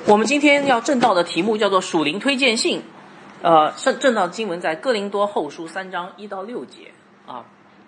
我们今天要正道的题目叫做属灵推荐信，正道的经文在哥林多后书3章1到6节啊。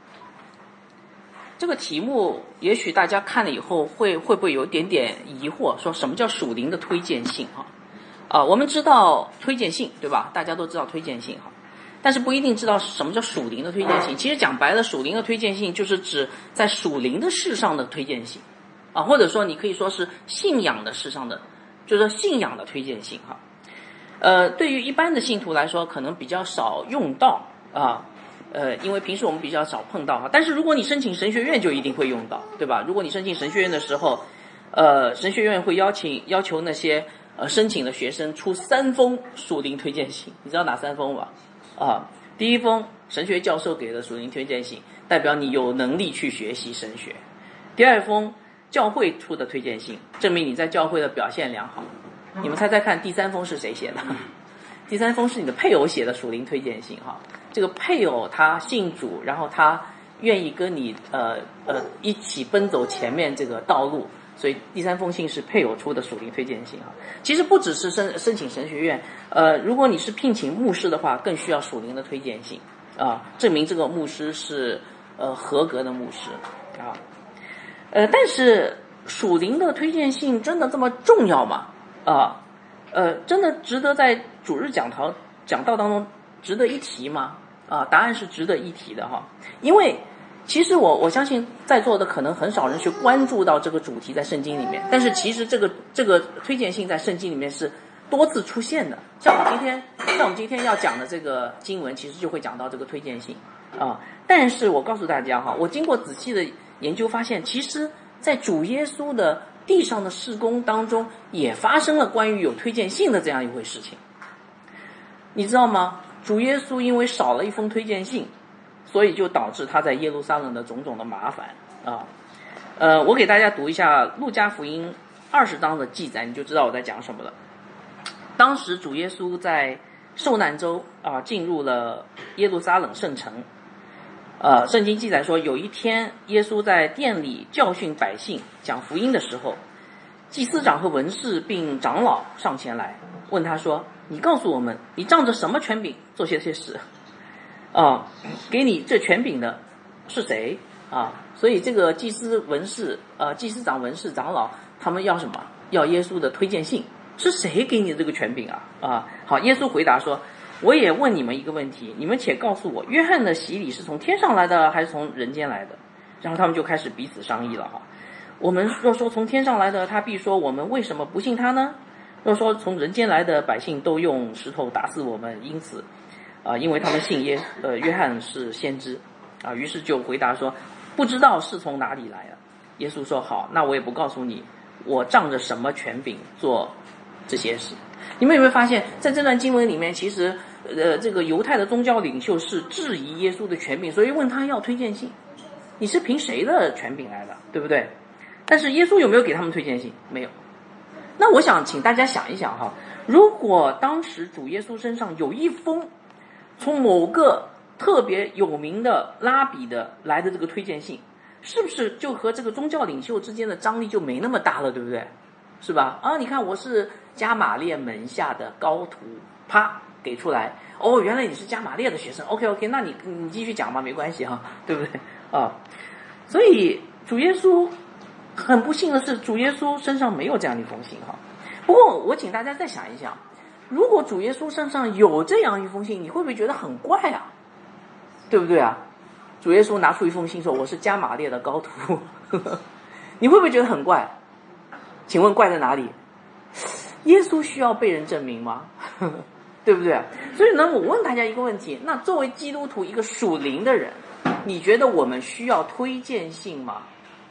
这个题目也许大家看了以后会不会有点点疑惑，说什么叫属灵的推荐信我们知道推荐信对吧？大家都知道推荐信但是不一定知道什么叫属灵的推荐信。其实讲白了，属灵的推荐信就是指在属灵的事上的推荐信或者说你可以说是信仰的事上的，就是信仰的推荐信对于一般的信徒来说可能比较少用到因为平时我们比较少碰到但是如果你申请神学院就一定会用到，对吧？如果你申请神学院的时候神学院会要求那些申请的学生出3封属灵推荐信。你知道哪3封吧？第一封神学教授给的属灵推荐信，代表你有能力去学习神学。第2封教会出的推荐信，证明你在教会的表现良好。你们猜猜看第3封是谁写的？第3封是你的配偶写的属灵推荐信这个配偶他信主，然后他愿意跟你一起奔走前面这个道路，所以第3封信是配偶出的属灵推荐信其实不只是申请神学院，如果你是聘请牧师的话，更需要属灵的推荐信证明这个牧师是合格的牧师但是属灵的推荐信真的这么重要吗？真的值得在主日讲道当中值得一提吗？答案是值得一提的因为其实我相信在座的可能很少人去关注到这个主题在圣经里面，但是其实这个推荐信在圣经里面是多次出现的。像我们今天要讲的这个经文，其实就会讲到这个推荐信但是我告诉大家我经过仔细的研究发现，其实在主耶稣的地上的事工当中也发生了关于有推荐信的这样一回事情。你知道吗？主耶稣因为少了一封推荐信，所以就导致他在耶路撒冷的种种的麻烦我给大家读一下路加福音20章的记载，你就知道我在讲什么了。当时主耶稣在受难周进入了耶路撒冷圣城圣经记载说，有一天耶稣在殿里教训百姓讲福音的时候，祭司长和文士并长老上前来问他说，你告诉我们，你仗着什么权柄做些事给你这权柄的是谁所以这个祭司长、文士、长老他们要什么？要耶稣的推荐信，是谁给你这个权柄好，耶稣回答说，我也问你们一个问题，你们且告诉我，约翰的洗礼是从天上来的还是从人间来的？然后他们就开始彼此商议了我们若说从天上来的，他必说我们为什么不信他呢？若说从人间来的，百姓都用石头打死我们，因此因为他们信约翰是先知于是就回答说，不知道是从哪里来的。耶稣说，好，那我也不告诉你，我仗着什么权柄做这些事。你们有没有发现，在这段经文里面，其实这个犹太的宗教领袖是质疑耶稣的权柄，所以问他要推荐信，你是凭谁的权柄来的，对不对？但是耶稣有没有给他们推荐信？没有。那我想请大家想一想如果当时主耶稣身上有一封从某个特别有名的拉比的来的这个推荐信，是不是就和这个宗教领袖之间的张力就没那么大了，对不对？是吧？你看我是加马列门下的高徒，啪给出来，原来你是加马列的学生 ，OK， 那你继续讲吧，没关系对不对所以主耶稣很不幸的是，主耶稣身上没有这样一封信不过我请大家再想一想，如果主耶稣身上有这样一封信，你会不会觉得很怪对不对主耶稣拿出一封信说，我是加马列的高徒你会不会觉得很怪？请问怪在哪里？耶稣需要被人证明吗？对不对？所以呢，我问大家一个问题，那作为基督徒一个属灵的人，你觉得我们需要推荐信吗？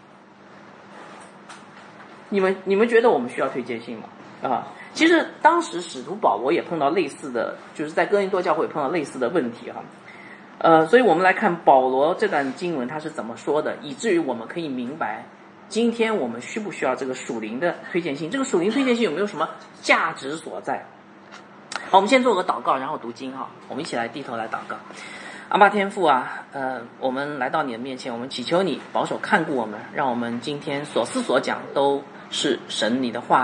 你们觉得我们需要推荐信吗？其实当时使徒保罗也碰到类似的，就是在哥林多教会碰到类似的问题所以我们来看保罗这段经文他是怎么说的，以至于我们可以明白今天我们需不需要这个属灵的推荐信，这个属灵推荐信有没有什么价值所在。好，我们先做个祷告，然后读经我们一起来低头来祷告。阿爸天父我们来到你的面前，我们祈求你保守看顾我们，让我们今天所思所讲都是神你的话语，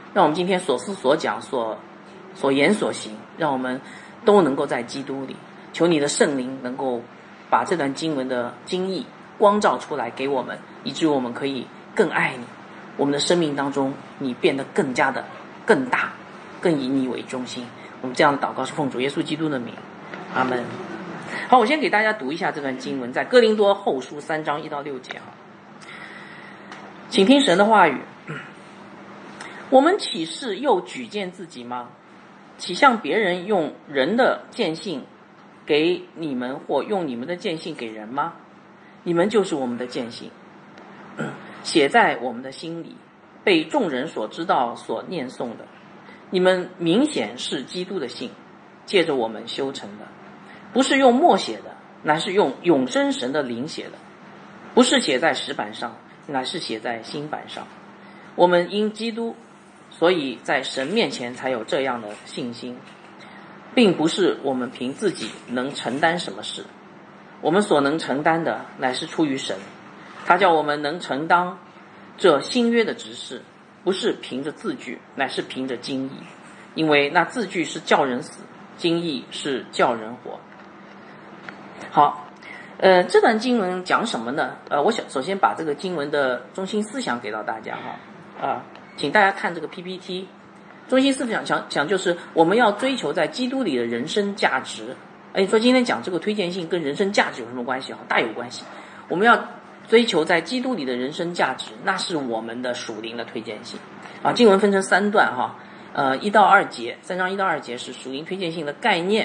让我们今天所思所讲、所言所行，让我们都能够在基督里。求你的圣灵能够把这段经文的经义光照出来给我们，以至于我们可以更爱你，我们的生命当中你变得更加的更大，更以你为中心。我们这样的祷告是奉主耶稣基督的名，阿们。好，我先给大家读一下这段经文，在哥林多后书3章1到6节哈，请听神的话语。我们岂是又举荐自己吗？岂像别人用人的荐信给你们，或用你们的荐信给人吗？你们就是我们的荐信，写在我们的心里，被众人所知道、所念诵的。你们明显是基督的信，借着我们修成的，不是用墨写的，乃是用永生神的灵写的；不是写在石板上，乃是写在心板上。我们因基督，所以在神面前才有这样的信心，并不是我们凭自己能承担什么事，我们所能承担的乃是出于神，他叫我们能承担这新约的职事，不是凭着字句，乃是凭着经义，因为那字句是叫人死，经义是叫人活。好，这段经文讲什么呢？我想首先把这个经文的中心思想给到大家哈，请大家看这个 PPT。中心思想讲就是我们要追求在基督里的人生价值。你说今天讲这个推荐信跟人生价值有什么关系？大有关系。我们要追求在基督里的人生价值，那是我们的属灵的推荐信。经文分成3段哈，1到2节，3章1到2节是属灵推荐信的概念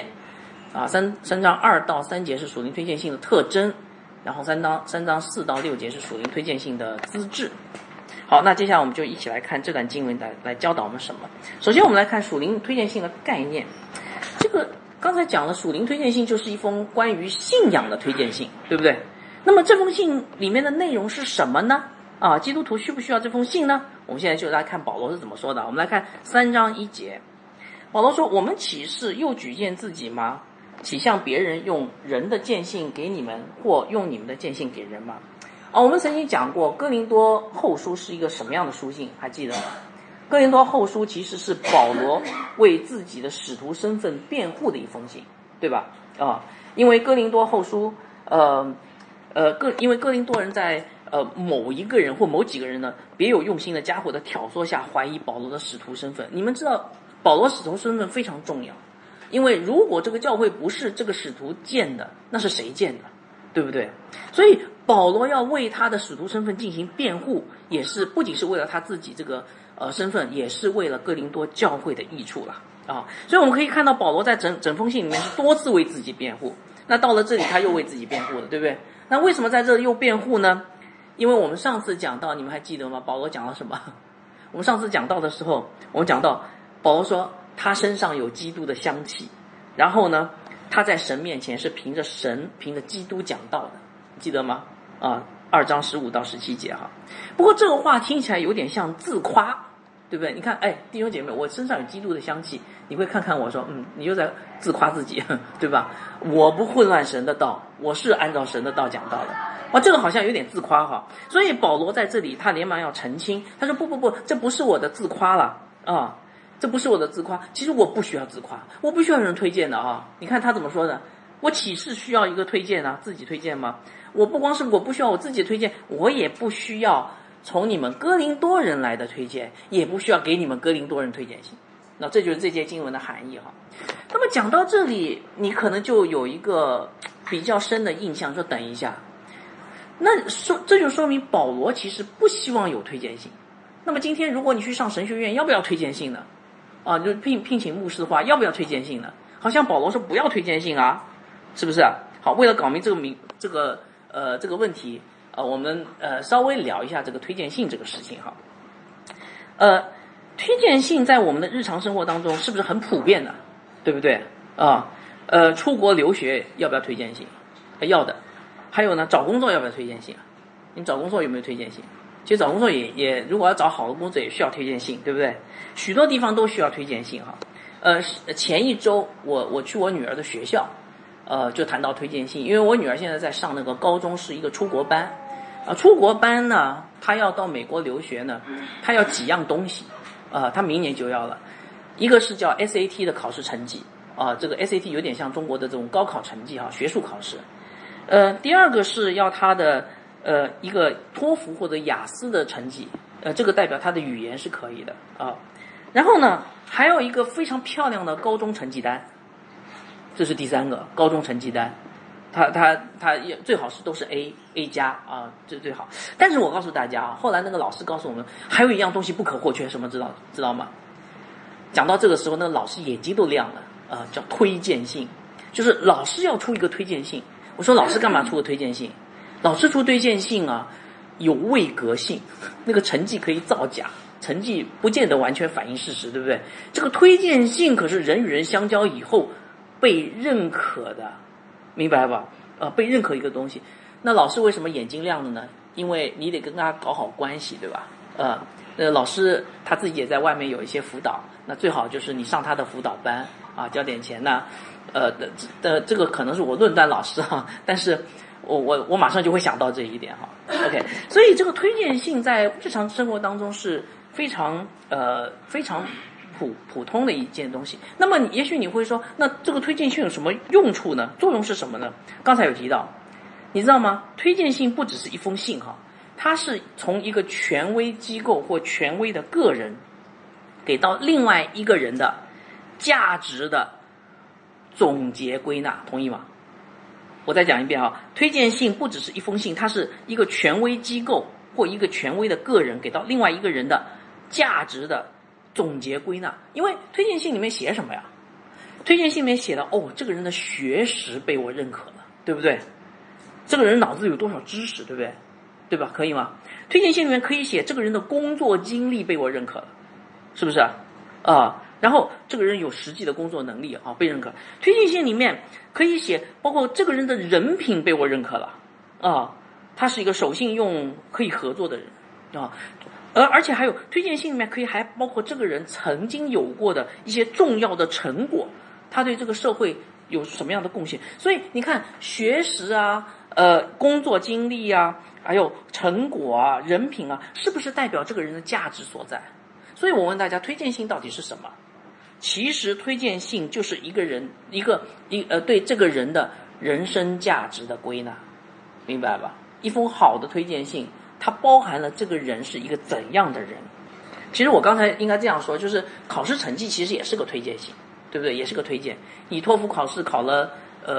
，3章2到3节是属灵推荐信的特征，然后3章4到6节是属灵推荐信的资质。好，那接下来我们就一起来看这段经文来教导我们什么。首先我们来看属灵推荐信的概念。这个刚才讲了，属灵推荐信就是一封关于信仰的推荐信，对不对？那么这封信里面的内容是什么呢？基督徒需不需要这封信呢？我们现在就来看保罗是怎么说的。我们来看3章1节，保罗说：我们岂是又举荐自己吗？岂像别人用人的荐信给你们，或用你们的荐信给人吗？我们曾经讲过哥林多后书是一个什么样的书信，还记得吗？哥林多后书其实是保罗为自己的使徒身份辩护的一封信，对吧？因为哥林多后书因为哥林多人在某一个人或某几个人呢别有用心的家伙的挑唆下怀疑保罗的使徒身份。你们知道保罗使徒身份非常重要，因为如果这个教会不是这个使徒建的，那是谁建的？对不对？所以保罗要为他的使徒身份进行辩护，也是不仅是为了他自己这个身份，也是为了哥林多教会的益处了所以我们可以看到保罗在整封信里面是多次为自己辩护，那到了这里他又为自己辩护了，对不对？那为什么在这里又辩护呢？因为我们上次讲到，你们还记得吗？保罗讲了什么？我们上次讲到的时候，我们讲到保罗说他身上有基督的香气，然后呢他在神面前是凭着基督讲道的，记得吗？2章15到17节哈。不过这个话听起来有点像自夸，对不对？你看，弟兄姐妹，我身上有基督的香气，你会看看我说，你就在自夸自己，对吧？我不混乱神的道，我是按照神的道讲道的。这个好像有点自夸哈。所以保罗在这里他连忙要澄清，他说不，这不是我的自夸了这不是我的自夸，其实我不需要自夸，我不需要人推荐的你看他怎么说的？我岂是需要一个推荐自己推荐吗？我不光是我不需要我自己推荐，我也不需要从你们哥林多人来的推荐，也不需要给你们哥林多人推荐信。那这就是这节经文的含义那么讲到这里，你可能就有一个比较深的印象，说等一下，这就说明保罗其实不希望有推荐信。那么今天如果你去上神学院，要不要推荐信呢？就聘请牧师的话，要不要推荐信呢？好像保罗说不要推荐信是不是好，为了搞明这个问题我们稍微聊一下这个推荐信这个事情推荐信在我们的日常生活当中是不是很普遍的，对不对出国留学要不要推荐信？要的。还有呢，找工作要不要推荐信？你找工作有没有推荐信？其实找工作也如果要找好的工作也需要推荐信，对不对？许多地方都需要推荐信前一周我去我女儿的学校就谈到推荐信，因为我女儿现在在上那个高中，是一个出国班出国班呢，她要到美国留学呢，她要几样东西他明年就要了。一个是叫 SAT 的考试成绩这个 SAT 有点像中国的这种高考成绩学术考试。第二个是要他的一个托福或者雅思的成绩，这个代表他的语言是可以的然后呢，还有一个非常漂亮的高中成绩单，这是第三个高中成绩单。他也最好是都是 A 加这最好。但是我告诉大家后来那个老师告诉我们，还有一样东西不可或缺，什么知道吗？讲到这个时候，那个老师眼睛都亮了叫推荐信，就是老师要出一个推荐信。我说老师干嘛出个推荐信？老师出推荐信有位格性，那个成绩可以造假，成绩不见得完全反映事实，对不对？这个推荐信可是人与人相交以后被认可的，明白吧？被认可一个东西。那老师为什么眼睛亮了呢？因为你得跟他搞好关系，对吧？老师他自己也在外面有一些辅导，那最好就是你上他的辅导班交点钱呢。这个可能是我论断老师但是我马上就会想到这一点OK， 所以这个推荐信在日常生活当中是非常普通的一件东西。那么也许你会说，那这个推荐信有什么用处呢？作用是什么呢？刚才有提到，你知道吗？推荐信不只是一封信它是从一个权威机构或权威的个人给到另外一个人的价值的总结归纳，同意吗？我再讲一遍推荐信不只是一封信，它是一个权威机构或一个权威的个人给到另外一个人的价值的总结归纳。因为推荐信里面写什么呀？推荐信里面写的这个人的学识被我认可了，对不对？这个人脑子有多少知识，对不对？对吧？可以吗？推荐信里面可以写这个人的工作经历被我认可了，是不是然后这个人有实际的工作能力被认可。推荐信里面可以写包括这个人的人品被我认可了他是一个守信用可以合作的人而且还有推荐信里面还包括这个人曾经有过的一些重要的成果，他对这个社会有什么样的贡献。所以你看学识工作经历还有成果人品是不是代表这个人的价值所在？所以我问大家，推荐信到底是什么？其实推荐信就是一个人对这个人的人生价值的归纳，明白吧？一封好的推荐信，它包含了这个人是一个怎样的人。其实我刚才应该这样说，就是考试成绩其实也是个推荐信，对不对？也是个推荐。你托福考试考了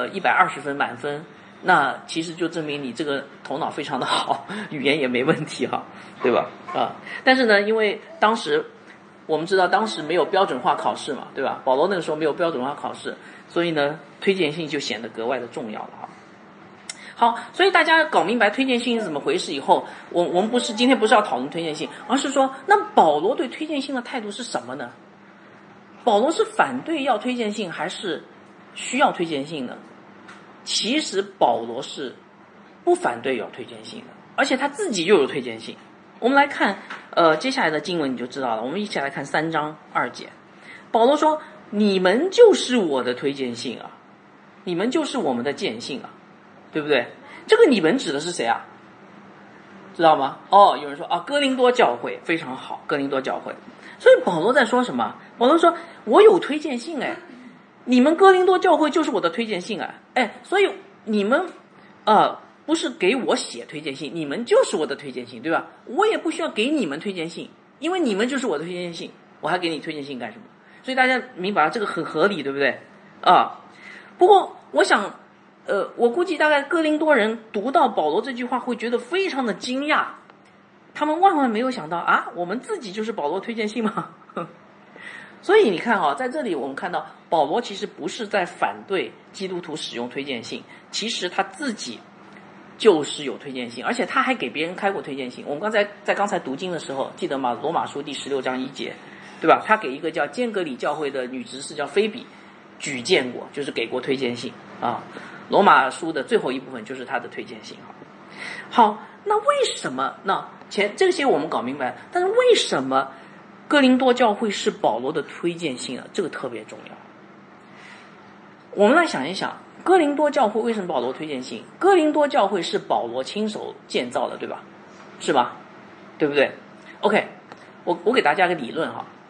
120分满分，那其实就证明你这个头脑非常的好，语言也没问题对吧？但是呢，因为当时我们知道当时没有标准化考试嘛，对吧？保罗那个时候没有标准化考试，所以呢，推荐信就显得格外的重要了好，所以大家搞明白推荐信是怎么回事以后，我们今天不是要讨论推荐信，而是说，那保罗对推荐信的态度是什么呢？保罗是反对要推荐信，还是需要推荐信呢？其实保罗是不反对有推荐信的，而且他自己就有推荐信。我们来看接下来的经文你就知道了。我们一起来看3章2节。保罗说，你们就是我的推荐信你们就是我们的荐信对不对？这个你们指的是谁知道吗？有人说哥林多教会，非常好，哥林多教会。所以保罗在说什么？保罗说，我有推荐信你们哥林多教会就是我的推荐信所以你们不是给我写推荐信，你们就是我的推荐信，对吧？我也不需要给你们推荐信，因为你们就是我的推荐信，我还给你推荐信干什么？所以大家明白这个很合理，对不对不过我想我估计大概哥林多人读到保罗这句话会觉得非常的惊讶，他们万万没有想到我们自己就是保罗推荐信吗？所以你看在这里我们看到保罗其实不是在反对基督徒使用推荐信，其实他自己就是有推荐信，而且他还给别人开过推荐信。我们刚才读经的时候记得吗？罗马书第16章1节，对吧？他给一个叫坚革里教会的女执事叫菲比举荐过，就是给过推荐信罗马书的最后一部分就是他的推荐信好，那为什么这些我们搞明白，但是为什么哥林多教会是保罗的推荐信这个特别重要。我们来想一想，哥林多教会为什么保罗推荐信？哥林多教会是保罗亲手建造的，对吧？是吧？对不对？ OK， 我给大家个理论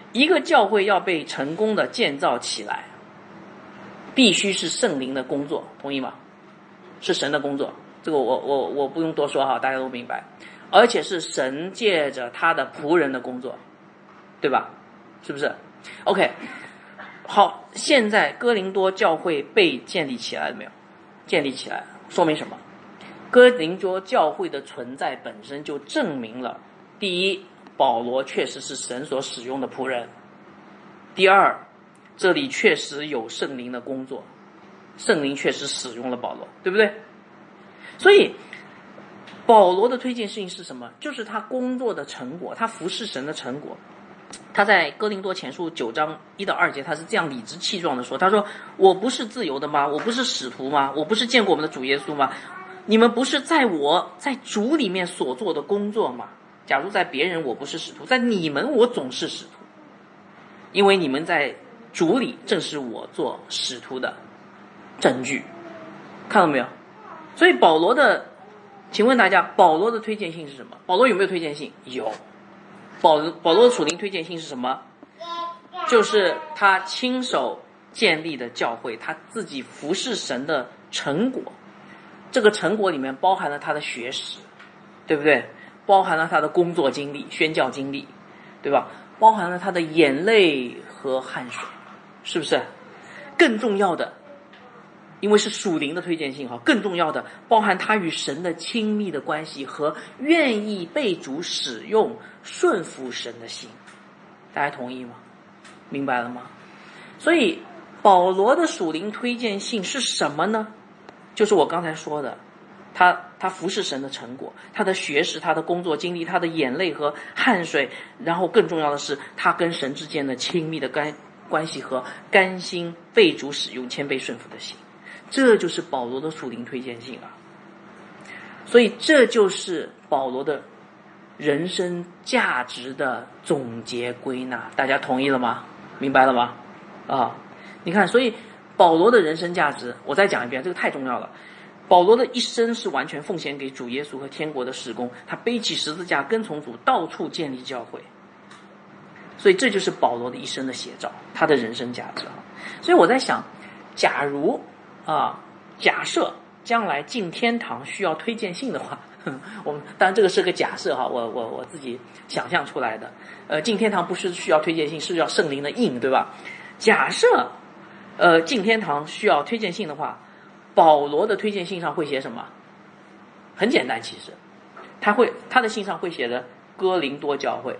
一个教会要被成功的建造起来，必须是圣灵的工作，同意吗？是神的工作，这个我不用多说哈，大家都明白。而且是神借着他的仆人的工作，对吧？是不是 ？OK， 好，现在哥林多教会被建立起来了没有？建立起来，说明什么？哥林多教会的存在本身就证明了，第一，保罗确实是神所使用的仆人；第二，这里确实有圣灵的工作，圣灵确实使用了保罗，对不对？所以保罗的推荐信是什么？就是他工作的成果，他服侍神的成果。他在哥林多前书9章1到2节，他是这样理直气壮的说，他说，我不是自由的吗？我不是使徒吗？我不是见过我们的主耶稣吗？你们不是在我在主里面所做的工作吗？假如在别人我不是使徒，在你们我总是使徒，因为你们在主里正是我做使徒的证据。看到没有？所以保罗的，请问大家，保罗的推荐信是什么？保罗有没有推荐信？有。保罗的属灵推荐信是什么？就是他亲手建立的教会，他自己服侍神的成果。这个成果里面包含了他的学识，对不对？包含了他的工作经历、宣教经历，对吧？包含了他的眼泪和汗水，是不是？更重要的，因为是属灵的推荐信哈，更重要的包含他与神的亲密的关系和愿意被主使用、顺服神的心。大家同意吗？明白了吗？所以保罗的属灵推荐信是什么呢？就是我刚才说的，他服侍神的成果，他的学识，他的工作经历，他的眼泪和汗水，然后更重要的是他跟神之间的亲密的关系和甘心被主使用、谦卑顺服的心。这就是保罗的属灵推荐信啊。所以这就是保罗的人生价值的总结归纳。大家同意了吗？明白了吗？你看，所以保罗的人生价值，我再讲一遍，这个太重要了。保罗的一生是完全奉献给主耶稣和天国的事工，他背起十字架跟从主，到处建立教会。所以这就是保罗的一生的写照，他的人生价值。所以我在想，假如假设将来进天堂需要推荐信的话，我们当然这个是个假设哈，我自己想象出来的。进天堂不是需要推荐信，是要圣灵的印，对吧？假设进天堂需要推荐信的话，保罗的推荐信上会写什么？很简单，其实他的信上会写的哥林多教会，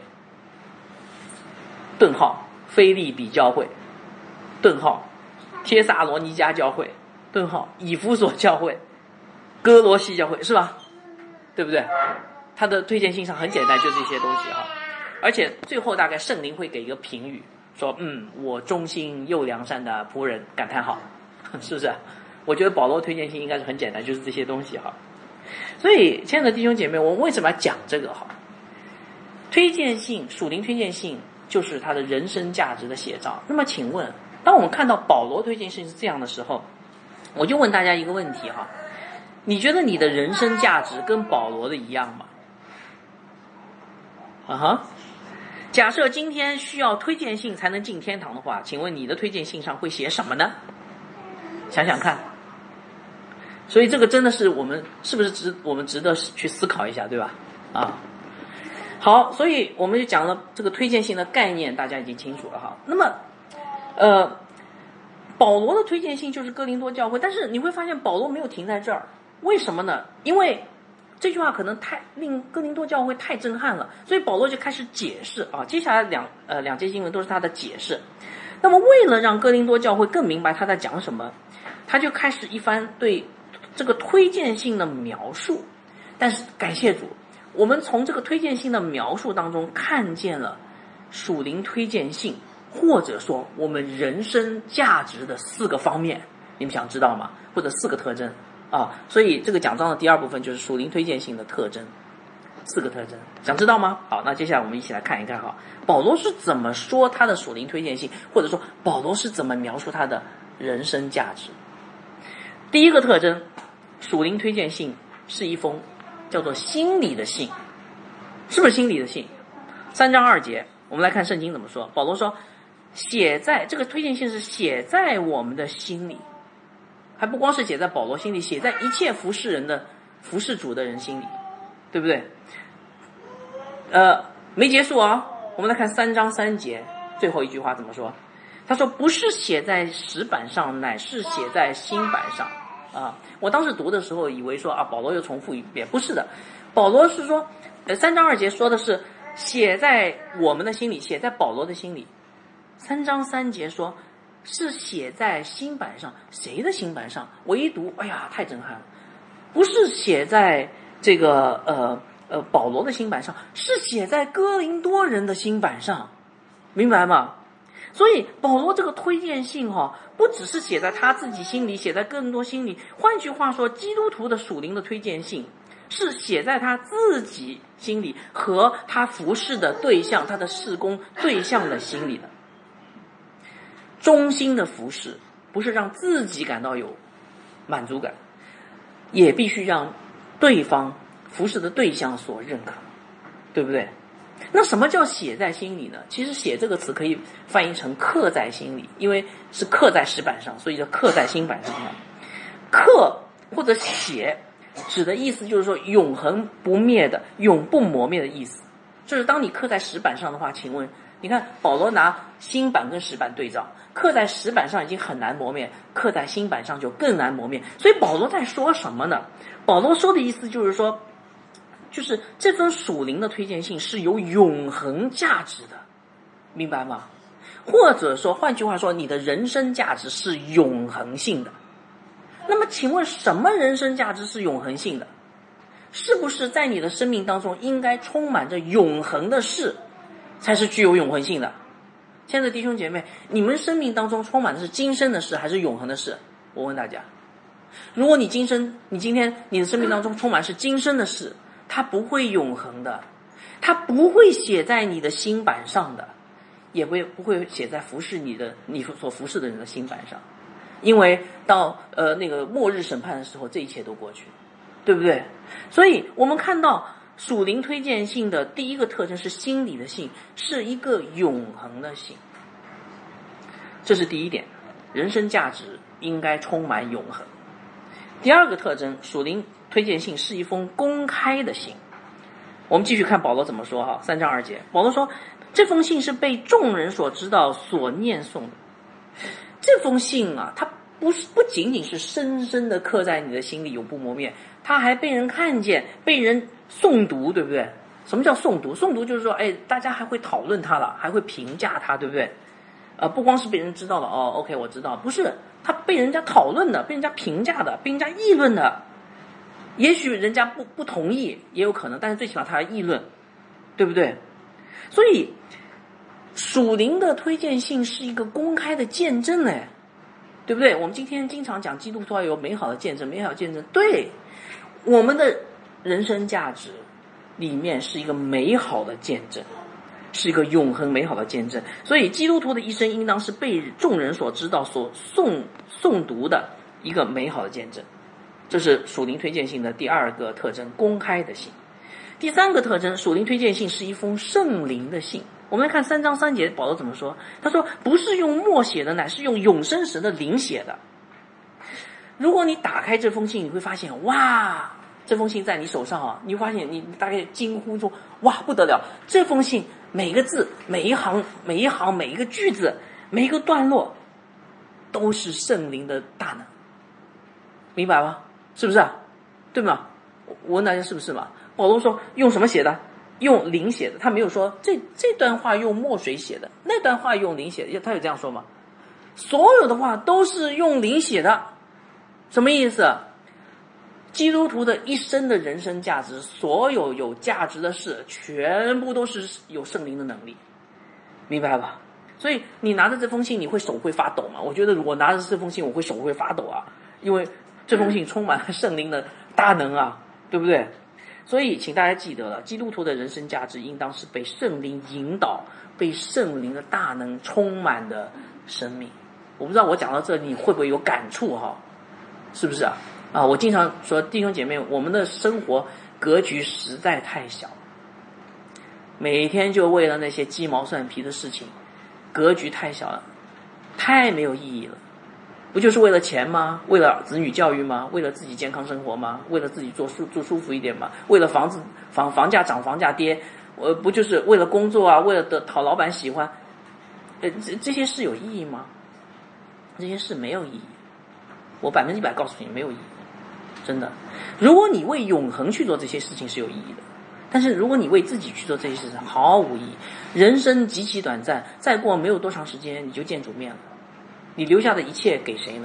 顿号，腓立比教会，顿号，帖撒罗尼迦教会，顿号，以弗所教会，哥罗西教会，是吧？对不对？他的推荐信上很简单，就这些东西哈。而且最后大概圣灵会给一个评语，说我忠心又良善的仆人，感叹号，是不是？我觉得保罗推荐信应该是很简单，就是这些东西哈。所以亲爱的弟兄姐妹，我为什么要讲这个哈？推荐信，属灵推荐信就是他的人生价值的写照。那么请问，当我们看到保罗推荐信是这样的时候，我就问大家一个问题哈，你觉得你的人生价值跟保罗的一样吗？假设今天需要推荐信才能进天堂的话，请问你的推荐信上会写什么呢？想想看。所以这个真的是我们是不是我们值得去思考一下，对吧？好，所以我们就讲了这个推荐信的概念，大家已经清楚了哈。那么保罗的推荐信就是哥林多教会，但是你会发现保罗没有停在这儿，为什么呢？因为这句话可能令哥林多教会太震撼了，所以保罗就开始解释啊。接下来两节经文都是他的解释。那么为了让哥林多教会更明白他在讲什么，他就开始一番对这个推荐信的描述。但是感谢主，我们从这个推荐信的描述当中看见了属灵推荐信，或者说我们人生价值的4个方面，你们想知道吗？或者4个特征所以这个讲章的第2部分就是属灵推荐信的特征，4个特征，想知道吗？好，那接下来我们一起来看一看保罗是怎么说他的属灵推荐信，或者说保罗是怎么描述他的人生价值。第一个特征，属灵推荐信是一封叫做心里的信，是不是心里的信？3章2节， 我们来看圣经怎么说。保罗说，写在这个推荐信是写在我们的心里，还不光是写在保罗心里，写在一切服侍主的人心里，对不对？没结束啊，我们来看3章3节最后一句话怎么说。他说，不是写在石板上，乃是写在心板上啊。我当时读的时候以为说啊，保罗又重复一遍，不是的，保罗是说3章2节说的是写在我们的心里，写在保罗的心里。3章3节说是写在心板上，谁的心板上？我一读，哎呀，太震撼了！不是写在这个保罗的心板上，是写在哥林多人的心板上，明白吗？所以保罗这个推荐信不只是写在他自己心里，写在哥林多心里。换句话说，基督徒的属灵的推荐信是写在他自己心里和他服侍的对象，他的事工对象的心里的。忠心的服侍不是让自己感到有满足感，也必须让对方服侍的对象所认可，对不对？那什么叫写在心里呢？其实写这个词可以翻译成刻在心里，因为是刻在石板上，所以叫刻在心板上。刻或者写指的意思就是说永恒不灭的，永不磨灭的意思。就是当你刻在石板上的话，请问你看保罗拿心板跟石板对照，刻在石板上已经很难磨灭，刻在心板上就更难磨灭。所以保罗在说什么呢？保罗说的意思就是说，就是这份属灵的推荐信是有永恒价值的，明白吗？或者说换句话说，你的人生价值是永恒性的。那么请问什么人生价值是永恒性的？是不是在你的生命当中应该充满着永恒的事才是具有永恒性的？亲爱的弟兄姐妹，你们生命当中充满的是今生的事还是永恒的事？我问大家，如果你今天你的生命当中充满是今生的事，它不会永恒的，它不会写在你的心板上的，也不会写在你所服侍的人的心板上，因为到那个末日审判的时候，这一切都过去，对不对？所以我们看到属灵推荐信的第一个特征是心里的信，是一个永恒的信，这是第一点，人生价值应该充满永恒。第二个特征，属灵推荐信是一封公开的信。我们继续看保罗怎么说3章2节，保罗说，这封信是被众人所知道所念诵的。这封信它不仅仅是深深的刻在你的心里永不磨灭，它还被人看见，被人诵读，对不对？什么叫诵读？诵读就是说大家还会讨论它了，还会评价它，对不对？不光是被人知道了OK 我知道，不是，它被人家讨论的，被人家评价的，被人家议论的。也许人家不同意也有可能，但是最起码他议论，对不对？所以属灵的推荐信是一个公开的见证对不对？我们今天经常讲基督徒要有美好的见证，美好的见证，对，我们的人生价值里面是一个美好的见证，是一个永恒美好的见证。所以基督徒的一生应当是被众人所知道所诵读的一个美好的见证。这是属灵推荐信的第二个特征，公开的信。第三个特征，属灵推荐信是一封圣灵的信。我们来看3章3节保罗怎么说，他说，不是用墨写的，乃是用永生神的灵写的。如果你打开这封信，你会发现，哇，这封信在你手上你会发现你大概惊呼中，哇，不得了，这封信每个字，每一行，每一个句子，每一个段落都是圣灵的大能，明白吗？是不是对吗？我问大家是不是嘛？保罗说用什么写的？用灵写的，他没有说这段话用墨水写的，那段话用灵写的，他有这样说吗？所有的话都是用灵写的。什么意思？基督徒的一生的人生价值，所有有价值的事，全部都是有圣灵的能力，明白吧？所以你拿着这封信，你会手会发抖吗？我觉得如果拿着这封信，我会手会发抖因为这封信充满了圣灵的大能对不对？所以请大家记得了，基督徒的人生价值应当是被圣灵引导，被圣灵的大能充满的生命。我不知道我讲到这你会不会有感触是不是我经常说，弟兄姐妹，我们的生活格局实在太小， 每天就为了那些鸡毛蒜皮的事情，格局太小了，太没有意义了。不就是为了钱吗？为了子女教育吗？为了自己健康生活吗？为了自己住舒服一点吗？为了房价涨房价跌，不就是为了工作啊？为了讨老板喜欢？这些事有意义吗？这些事没有意义，我100%告诉你没有意义，真的。如果你为永恒去做这些事情是有意义的，但是如果你为自己去做这些事情毫无意义。人生极其短暂，再过没有多长时间你就见主面了，你留下的一切给谁呢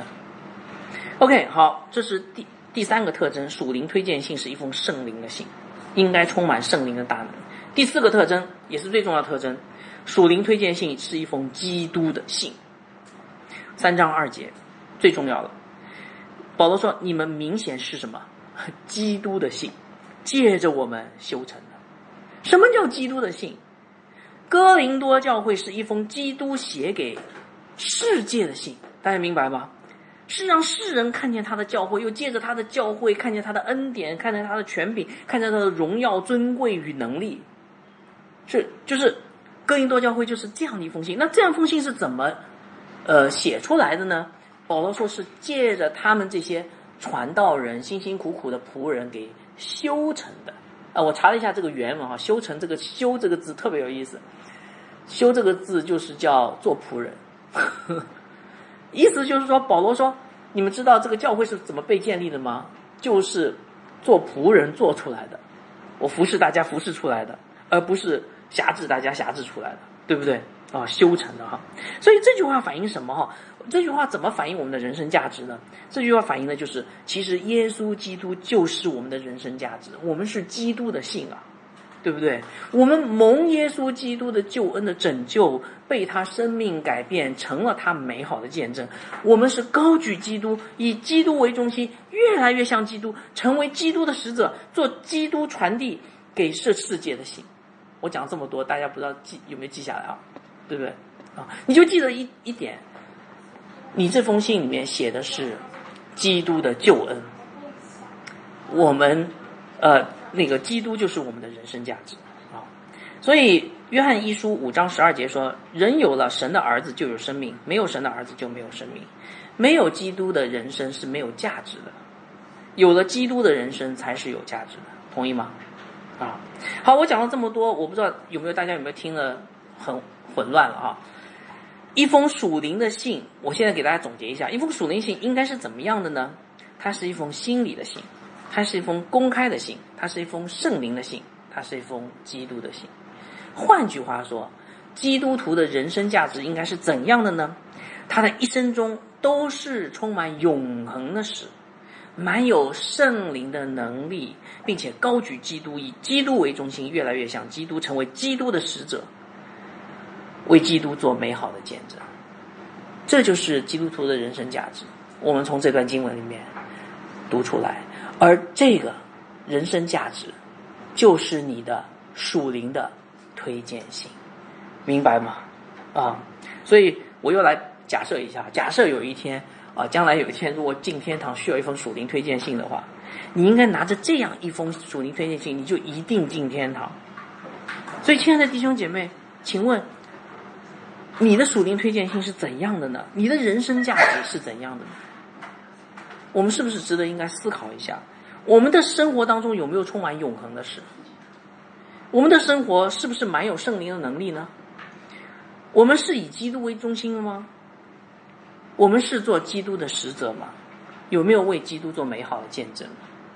？OK， 好，这是第三个特征，属灵推荐信是一封圣灵的信，应该充满圣灵的大能。第四个特征也是最重要的特征，属灵推荐信是一封基督的信。3章2节最重要了，保罗说你们明显是什么？基督的信，借着我们修成的。什么叫基督的信？哥林多教会是一封基督写给世界的信，大家明白吗？是让世人看见他的教会，又借着他的教会看见他的恩典，看见他的权柄，看见他的荣耀尊贵与能力。就是哥林多教会就是这样的一封信。那这样封信是怎么写出来的呢？保罗说是借着他们这些传道人辛辛苦苦的仆人给修成的。我查了一下这个原文修成这个修这个字特别有意思，修这个字就是叫做仆人意思就是说，保罗说你们知道这个教会是怎么被建立的吗？就是做仆人做出来的，我服侍大家服侍出来的，而不是辖制大家辖制出来的，对不对修成的所以这句话反映什么这句话怎么反映我们的人生价值呢？这句话反映的就是其实耶稣基督就是我们的人生价值，我们是基督的信对不对？我们蒙耶稣基督的救恩的拯救，被他生命改变，成了他美好的见证。我们是高举基督，以基督为中心，越来越像基督，成为基督的使者，做基督传递给这世界的信。我讲这么多，大家不知道有没有记下来对不对你就记得一点，你这封信里面写的是基督的救恩，我们那个基督就是我们的人生价值所以约翰一书5章12节说，人有了神的儿子就有生命，没有神的儿子就没有生命。没有基督的人生是没有价值的，有了基督的人生才是有价值的，同意吗？好，我讲了这么多，我不知道大家有没有听了很混乱了一封属灵的信，我现在给大家总结一下，一封属灵信应该是怎么样的呢？它是一封心理的信，它是一封公开的信，它是一封圣灵的信，它是一封基督的信。换句话说，基督徒的人生价值应该是怎样的呢？他的一生中都是充满永恒的事，满有圣灵的能力，并且高举基督，以基督为中心，越来越像基督，成为基督的使者，为基督做美好的见证。这就是基督徒的人生价值，我们从这段经文里面读出来。而这个人生价值就是你的属灵的推荐信，明白吗？所以我又来假设一下，假设有一天将来有一天如果进天堂需要一封属灵推荐信的话，你应该拿着这样一封属灵推荐信，你就一定进天堂。所以亲爱的弟兄姐妹，请问你的属灵推荐信是怎样的呢？你的人生价值是怎样的呢？我们是不是值得应该思考一下，我们的生活当中有没有充满永恒的事？我们的生活是不是满有圣灵的能力呢？我们是以基督为中心的吗？我们是做基督的使者吗？有没有为基督做美好的见证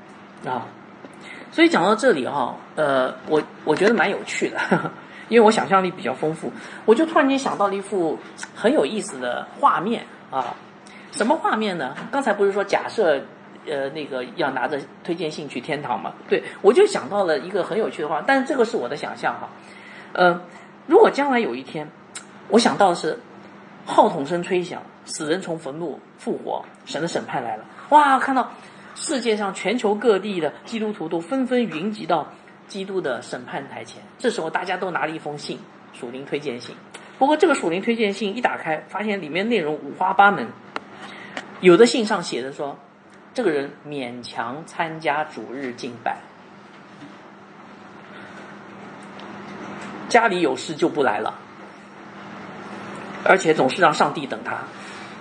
所以讲到这里我觉得蛮有趣的因为我想象力比较丰富，我就突然间想到了一幅很有意思的画面什么画面呢？刚才不是说假设那个要拿着推荐信去天堂吗？对，我就想到了一个很有趣的话，但是这个是我的想象如果将来有一天，我想到的是号筒声吹响，死人从坟墓复活，神的审判来了，哇，看到世界上全球各地的基督徒都纷纷云集到基督的审判台前，这时候大家都拿了一封信，属灵推荐信。不过这个属灵推荐信一打开，发现里面内容五花八门，有的信上写的说这个人勉强参加主日敬拜， 家里有事就不来了，而且总是让上帝等他。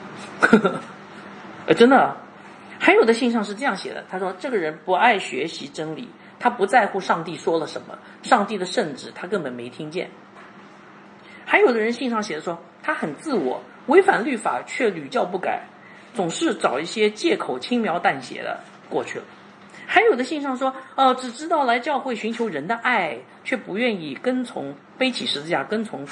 真的。还有的信上是这样写的，他说这个人不爱学习真理，他不在乎上帝说了什么，上帝的圣旨他根本没听见。还有的人信上写的说他很自我，违反律法却屡教不改，总是找一些借口轻描淡写的过去了。还有的信上说只知道来教会寻求人的爱，却不愿意跟从背起十字架跟从主。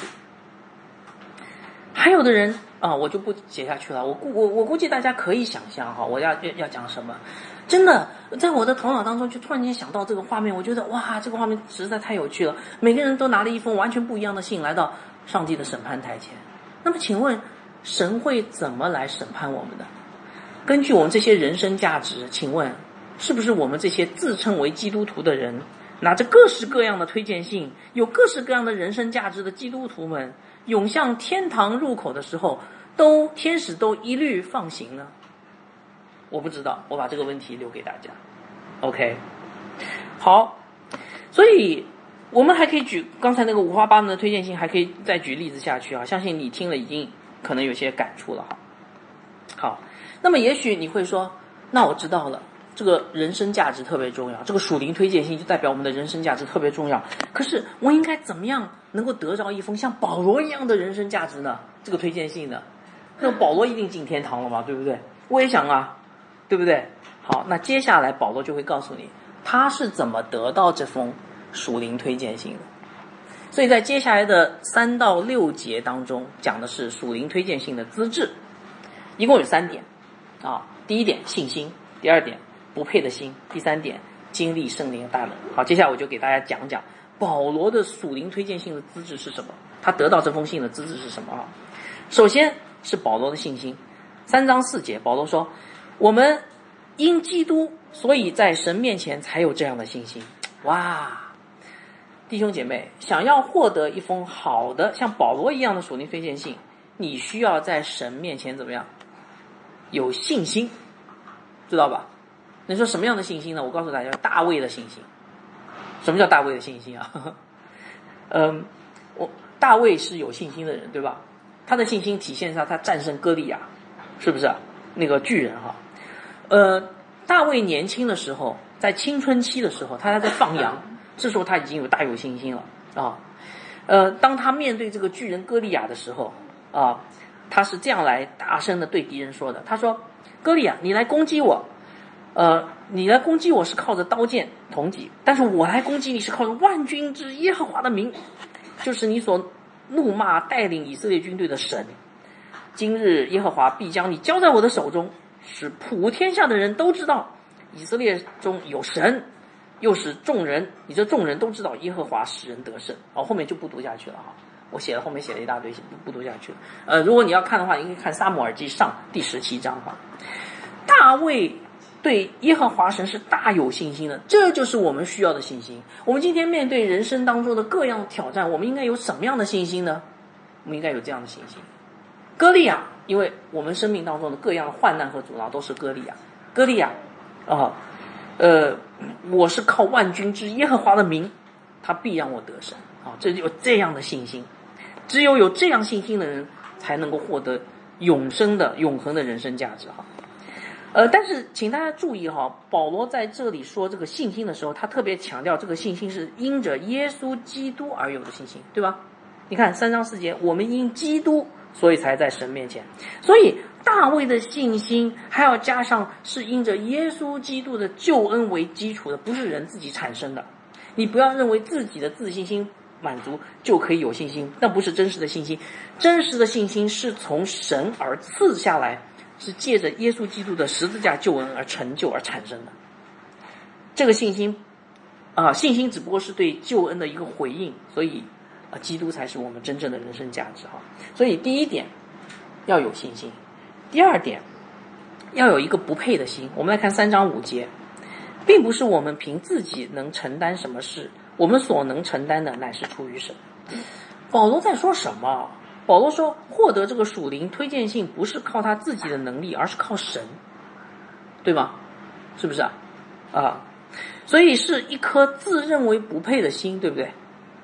还有的人我就不写下去了。我估计大家可以想象我要讲什么。真的，在我的头脑当中就突然间想到这个画面，我觉得哇，这个画面实在太有趣了。每个人都拿了一封完全不一样的信来到上帝的审判台前。那么请问神会怎么来审判我们的？根据我们这些人生价值，请问是不是我们这些自称为基督徒的人，拿着各式各样的推荐信，有各式各样的人生价值的基督徒们，涌向天堂入口的时候，天使都一律放行呢？我不知道，我把这个问题留给大家。OK， 好，所以我们还可以举刚才那个五花八门的推荐信，还可以再举例子下去相信你听了已经可能有些感触了好，那么也许你会说，那我知道了，这个人生价值特别重要，这个属灵推荐信就代表我们的人生价值特别重要。可是我应该怎么样能够得着一封像保罗一样的人生价值呢？这个推荐信呢？那保罗一定进天堂了嘛，对不对？我也想对不对？好，那接下来保罗就会告诉你他是怎么得到这封属灵推荐信的。所以在接下来的3到6节当中讲的是属灵推荐信的资质，一共有3点第一点信心，第二点不配的心，第三点经历圣灵的大能。好，接下来我就给大家讲讲保罗的属灵推荐信的资质是什么，他得到这封信的资质是什么首先是保罗的信心。3章4节保罗说，我们因基督所以在神面前才有这样的信心。哇，弟兄姐妹，想要获得一封好的像保罗一样的属灵推荐信，你需要在神面前怎么样？有信心，知道吧？你说什么样的信心呢？我告诉大家，大卫的信心。什么叫大卫的信心大卫是有信心的人，对吧？他的信心体现在他战胜歌利亚，是不是那个巨人大卫年轻的时候，在青春期的时候，他还在放羊，这时候他已经大有信心了当他面对这个巨人歌利亚的时候他是这样来大声的对敌人说的，他说，歌利亚，你来攻击我是靠着刀剑铜戟，但是我来攻击你是靠着万军之耶和华的名，就是你所怒骂带领以色列军队的神。今日耶和华必将你交在我的手中，使普天下的人都知道以色列中有神，又使你这众人都知道耶和华使人得胜。后面就不读下去了我后面写了一大堆，不读下去了。如果你要看的话，你可以看撒母耳记上第17章大卫对耶和华神是大有信心的，这就是我们需要的信心。我们今天面对人生当中的各样挑战，我们应该有什么样的信心呢？我们应该有这样的信心。歌利亚，因为我们生命当中的各样的患难和阻挠都是歌利亚我是靠万军之耶和华的名，他必让我得胜这有这样的信心。只有这样信心的人才能够获得永恒的人生价值但是请大家注意保罗在这里说这个信心的时候，他特别强调这个信心是因着耶稣基督而有的信心，对吧？你看3章4节，我们因基督所以才在神面前。所以大卫的信心还要加上是因着耶稣基督的救恩为基础的，不是人自己产生的。你不要认为自己的自信心满足就可以有信心，那不是真实的信心。真实的信心是从神而赐下来，是借着耶稣基督的十字架救恩而成就而产生的。这个信心信心只不过是对救恩的一个回应，所以基督才是我们真正的人生价值所以第一点要有信心，第二点要有一个不配的心。我们来看3章5节，并不是我们凭自己能承担什么事，我们所能承担的乃是出于神。保罗在说什么？保罗说获得这个属灵推荐信不是靠他自己的能力，而是靠神，对吗？是不是所以是一颗自认为不配的心，对不对？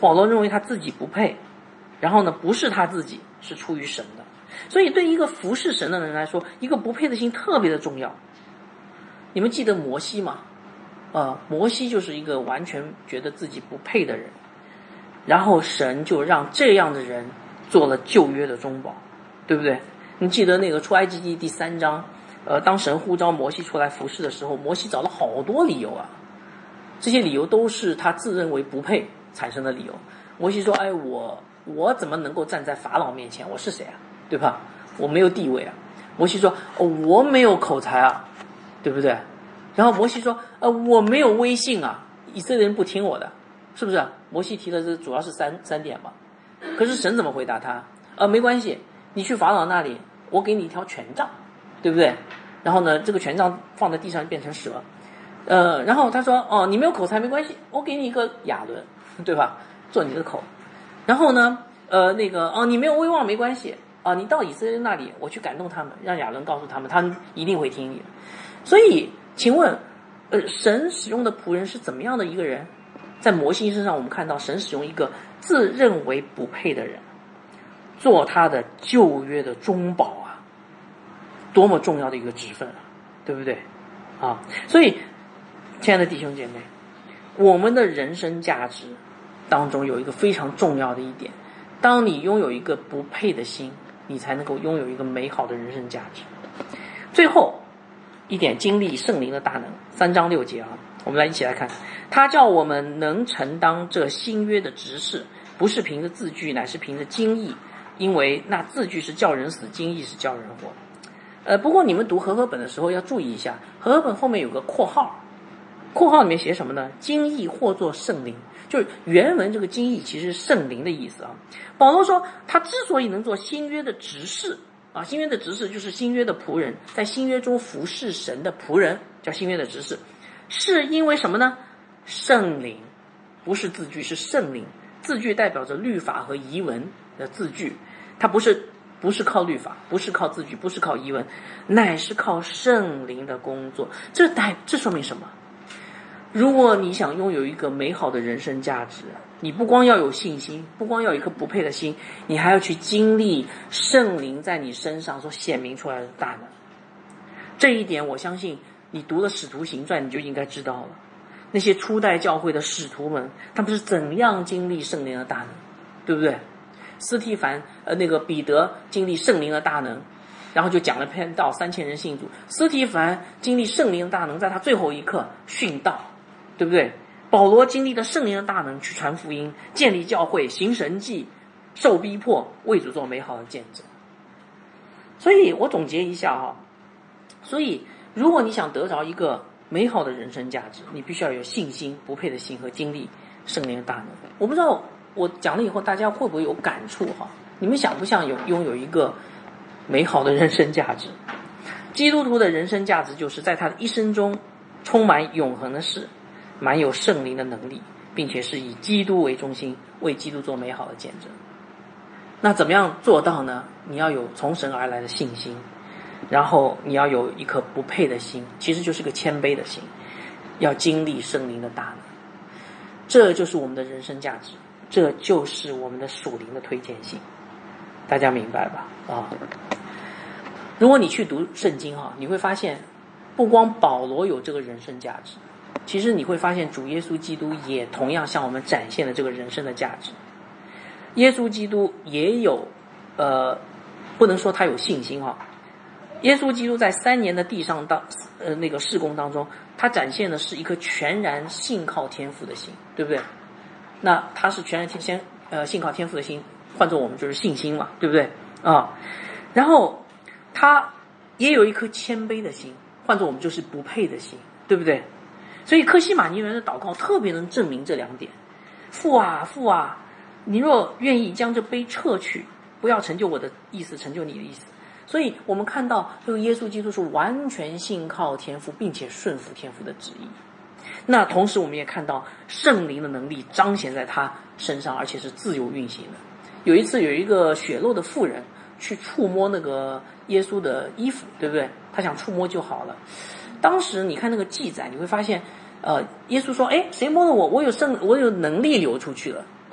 保罗认为他自己不配，然后呢，不是他自己，是出于神的。所以对一个服侍神的人来说，一个不配的心特别的重要。你们记得摩西吗？摩西就是一个完全觉得自己不配的人，然后神就让这样的人做了旧约的中保，对不对？你记得那个出埃及记第3章，当神呼召摩西出来服侍的时候，摩西找了好多理由啊，这些理由都是他自认为不配产生的理由。摩西说：“哎，我怎么能够站在法老面前？我是谁啊？对吧？我没有地位啊。”摩西说：“我没有口才啊，对不对？”然后摩西说：“我没有威信啊，以色列人不听我的，是不是？”摩西提的这主要是三点嘛。可是神怎么回答他？没关系，你去法老那里，我给你一条权杖，对不对？然后呢，这个权杖放在地上变成蛇。然后他说：“哦，你没有口才没关系，我给你一个亚伦，对吧？做你的口。然后呢，你没有威望没关系啊，你到以色列那里，我去感动他们，让亚伦告诉他们，他们一定会听你的。所以，请问，神使用的仆人是怎么样的一个人？在摩西身上，我们看到神使用一个自认为不配的人，做他的旧约的中保啊，多么重要的一个职分啊，对不对？啊，所以，亲爱的弟兄姐妹，我们的人生价值当中有一个非常重要的一点，当你拥有一个不配的心，你才能够拥有一个美好的人生价值。最后一点，经历圣灵的大能，3章6节啊，我们来一起来看。他叫我们能承当这新约的职事，不是凭着字句，乃是凭着经意，因为那字句是叫人死，经意是叫人活。不过你们读和合本的时候要注意一下，和合本后面有个括号，括号里面写什么呢？经意或作圣灵，就是原文这个经意其实是圣灵的意思啊。保罗说他之所以能做新约的执事啊，新约的执事就是新约的仆人，在新约中服侍神的仆人叫新约的执事，是因为什么呢？圣灵，不是字句，是圣灵。字句代表着律法和遗文的字句，它不是靠律法，不是靠字句，不是靠遗文，乃是靠圣灵的工作。这说明什么？如果你想拥有一个美好的人生价值，你不光要有信心，不光要有一颗不配的心，你还要去经历圣灵在你身上所显明出来的大能。这一点我相信你读了使徒行传你就应该知道了，那些初代教会的使徒们，他们是怎样经历圣灵的大能，对不对？斯提凡彼得经历圣灵的大能，然后就讲了篇道，3000人信主。斯提凡经历圣灵的大能，在他最后一刻殉道，对不对？保罗经历了圣灵的大能，去传福音，建立教会，行神迹，受逼迫，为主做美好的见证。所以我总结一下啊，所以如果你想得着一个美好的人生价值，你必须要有信心、不配的心和经历圣灵的大能。我不知道我讲了以后大家会不会有感触哈？你们想不想拥有一个美好的人生价值？基督徒的人生价值就是在他的一生中充满永恒的事，满有圣灵的能力，并且是以基督为中心，为基督做美好的见证。那怎么样做到呢？你要有从神而来的信心，然后你要有一颗不配的心，其实就是个谦卑的心，要经历圣灵的大能。这就是我们的人生价值，这就是我们的属灵的推荐性。大家明白吧？如果你去读圣经你会发现不光保罗有这个人生价值，其实你会发现主耶稣基督也同样向我们展现了这个人生的价值。耶稣基督也有不能说他有信心耶稣基督在3年的地上事工当中，他展现的是一颗全然信靠天父的心，对不对？那他是全然信靠天父的心，换作我们就是信心嘛，对不对然后他也有一颗谦卑的心，换作我们就是不配的心，对不对？所以客西马尼园的祷告特别能证明这2点。父啊父啊，你若愿意将这杯撤去，不要成就我的意思，成就你的意思。所以我们看到这个耶稣基督是完全信靠天父，并且顺服天父的旨意。那同时我们也看到圣灵的能力彰显在他身上，而且是自由运行的。有一次有一个血漏的妇人去触摸那个耶稣的衣服，对不对？他想触摸就好了。当时你看那个记载，你会发现耶稣说谁摸了我，我有能力流出去了，对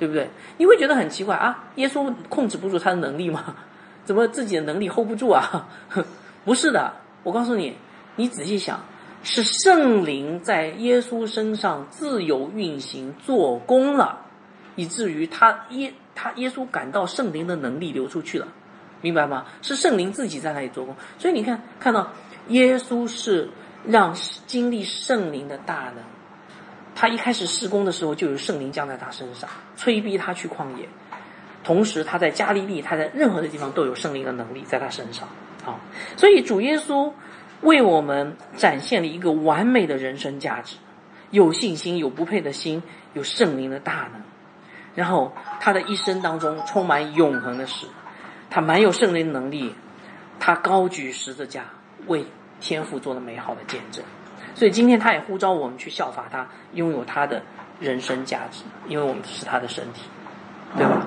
对不对？你会觉得很奇怪啊，耶稣控制不住他的能力吗？怎么自己的能力 hold 不住啊？不是的，我告诉你，你仔细想，是圣灵在耶稣身上自由运行做工了，以至于耶稣感到圣灵的能力流出去了，明白吗？是圣灵自己在那里做工。所以你看到耶稣是让经历圣灵的大能，他一开始施工的时候就有圣灵降在他身上，催逼他去旷野，同时他在加利利，他在任何的地方都有圣灵的能力在他身上。好，所以主耶稣为我们展现了一个完美的人生价值，有信心，有不配的心，有圣灵的大能，然后他的一生当中充满永恒的事，他满有圣灵的能力，他高举十字架为天父做了美好的见证。所以今天他也呼召我们去效法他，拥有他的人生价值，因为我们是他的身体，对吧？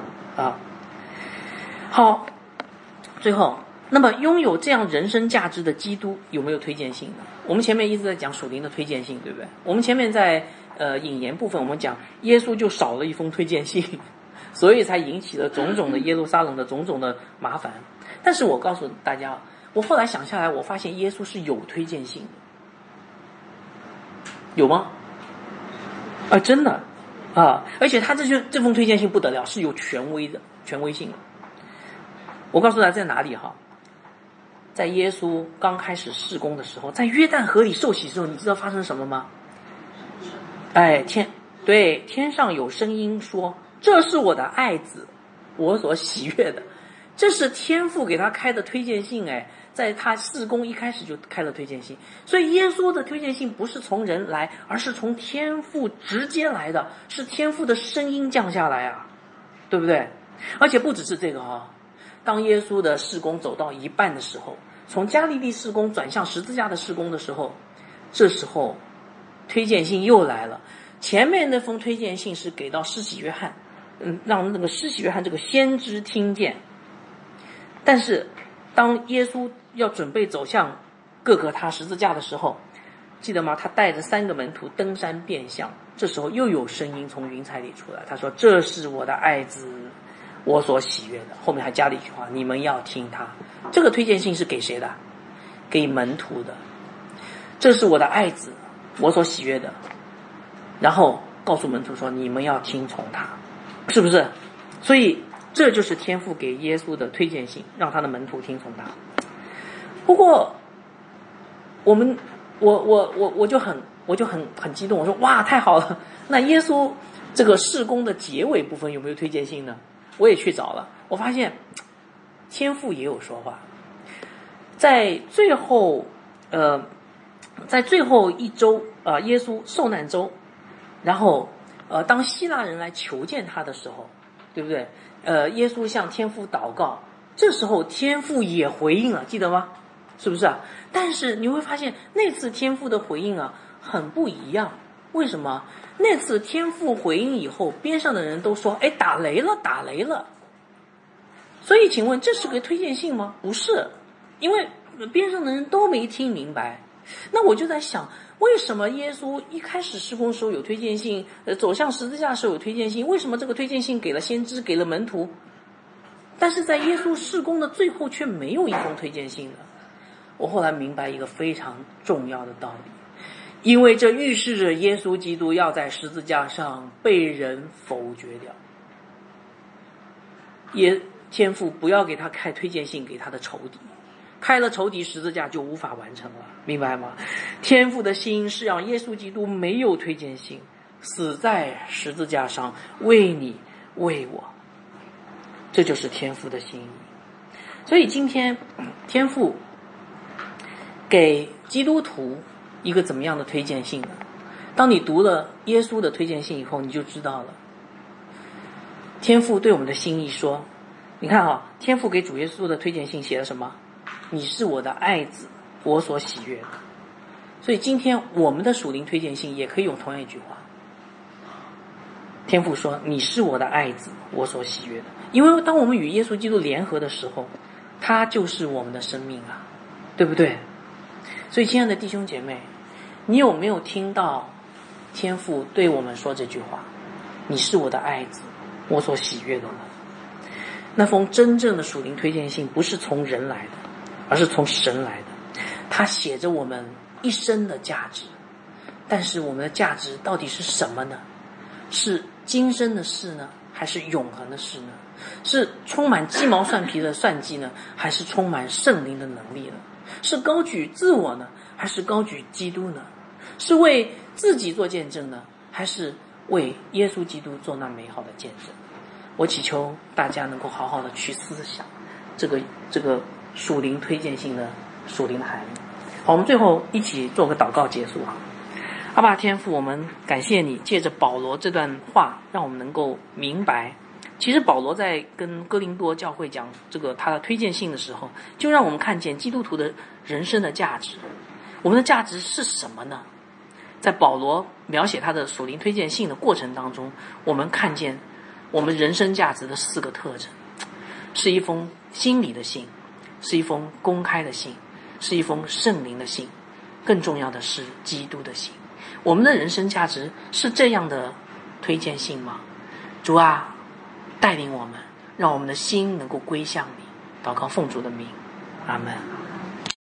好，最后，那么拥有这样人生价值的基督有没有推荐性呢？我们前面一直在讲属灵的推荐性，对不对？我们前面在引言部分我们讲耶稣就少了一封推荐信，所以才引起了种种的耶路撒冷的种种的麻烦。但是我告诉大家，我后来想下来，我发现耶稣是有推荐信的。有吗？真的而且他这封推荐信不得了，是有权威性的。我告诉大家在哪里哈？在耶稣刚开始事工的时候，在约旦河里受洗的时候，你知道发生什么吗？天上有声音说：“这是我的爱子，我所喜悦的。”这是天父给他开的推荐信在他事工一开始就开了推荐信。所以耶稣的推荐信不是从人来，而是从天父直接来的，是天父的声音降下来啊，对不对？而且不只是这个当耶稣的事工走到一半的时候，从加利利事工转向十字架的事工的时候，这时候推荐信又来了。前面那封推荐信是给到施洗约翰，让那个施洗约翰这个先知听见。但是当耶稣要准备走向各个他十字架的时候，记得吗？他带着3个门徒登山变相，这时候又有声音从云彩里出来，他说：“这是我的爱子，我所喜悦的。”后面还加了一句话：“你们要听他。”这个推荐信是给谁的？给门徒的。这是我的爱子，我所喜悦的。然后告诉门徒说：“你们要听从他。”是不是？所以这就是天父给耶稣的推荐信，让他的门徒听从他。不过我就很激动，我说哇，太好了！那耶稣这个事工的结尾部分有没有推荐信呢？我也去找了，我发现天父也有说话。在最后一周耶稣受难周，然后当希腊人来求见他的时候，对不对？耶稣向天父祷告，这时候天父也回应了，记得吗？是不是啊？但是你会发现那次天父的回应很不一样。为什么？那次天父回应以后，边上的人都说：“打雷了，打雷了。”所以请问这是个推荐信吗？不是，因为边上的人都没听明白。那我就在想，为什么耶稣一开始事工的时候有推荐信，走向十字架的时候有推荐信？为什么这个推荐信给了先知，给了门徒，但是在耶稣事工的最后却没有一封推荐信呢？我后来明白一个非常重要的道理，因为这预示着耶稣基督要在十字架上被人否决掉。天父不要给他开推荐信给他的仇敌，开了仇敌，十字架就无法完成了，明白吗？天父的心是让耶稣基督没有推荐信，死在十字架上，为你为我，这就是天父的心意。所以今天天父给基督徒一个怎么样的推荐信呢？当你读了耶稣的推荐信以后，你就知道了。天父对我们的心意说，你看天父给主耶稣的推荐信写了什么？你是我的爱子，我所喜悦的。所以今天我们的属灵推荐信也可以用同样一句话。天父说，你是我的爱子，我所喜悦的。因为当我们与耶稣基督联合的时候，他就是我们的生命对不对？所以亲爱的弟兄姐妹，你有没有听到天父对我们说这句话？你是我的爱子， 我所喜悦的呢？那封真正的属灵推荐信不是从人来的，而是从神来的。它写着我们一生的价值，但是我们的价值到底是什么呢？是今生的事呢，还是永恒的事呢？是充满鸡毛蒜皮的算计呢，还是充满圣灵的能力呢？是高举自我呢，还是高举基督呢？是为自己做见证呢，还是为耶稣基督做那美好的见证？我祈求大家能够好好的去思想这个属灵推荐性的属灵的含义。好，我们最后一起做个祷告结束啊。阿爸天父，我们感谢你借着保罗这段话，让我们能够明白，其实保罗在跟哥林多教会讲这个他的推荐信的时候，就让我们看见基督徒的人生的价值。我们的价值是什么呢？在保罗描写他的属灵推荐信的过程当中，我们看见我们人生价值的4个特征，是一封心理的信，是一封公开的信，是一封圣灵的信，更重要的是基督的信。我们的人生价值是这样的推荐信吗？主啊，带领我们，让我们的心能够归向你。祷告奉主的名，阿们。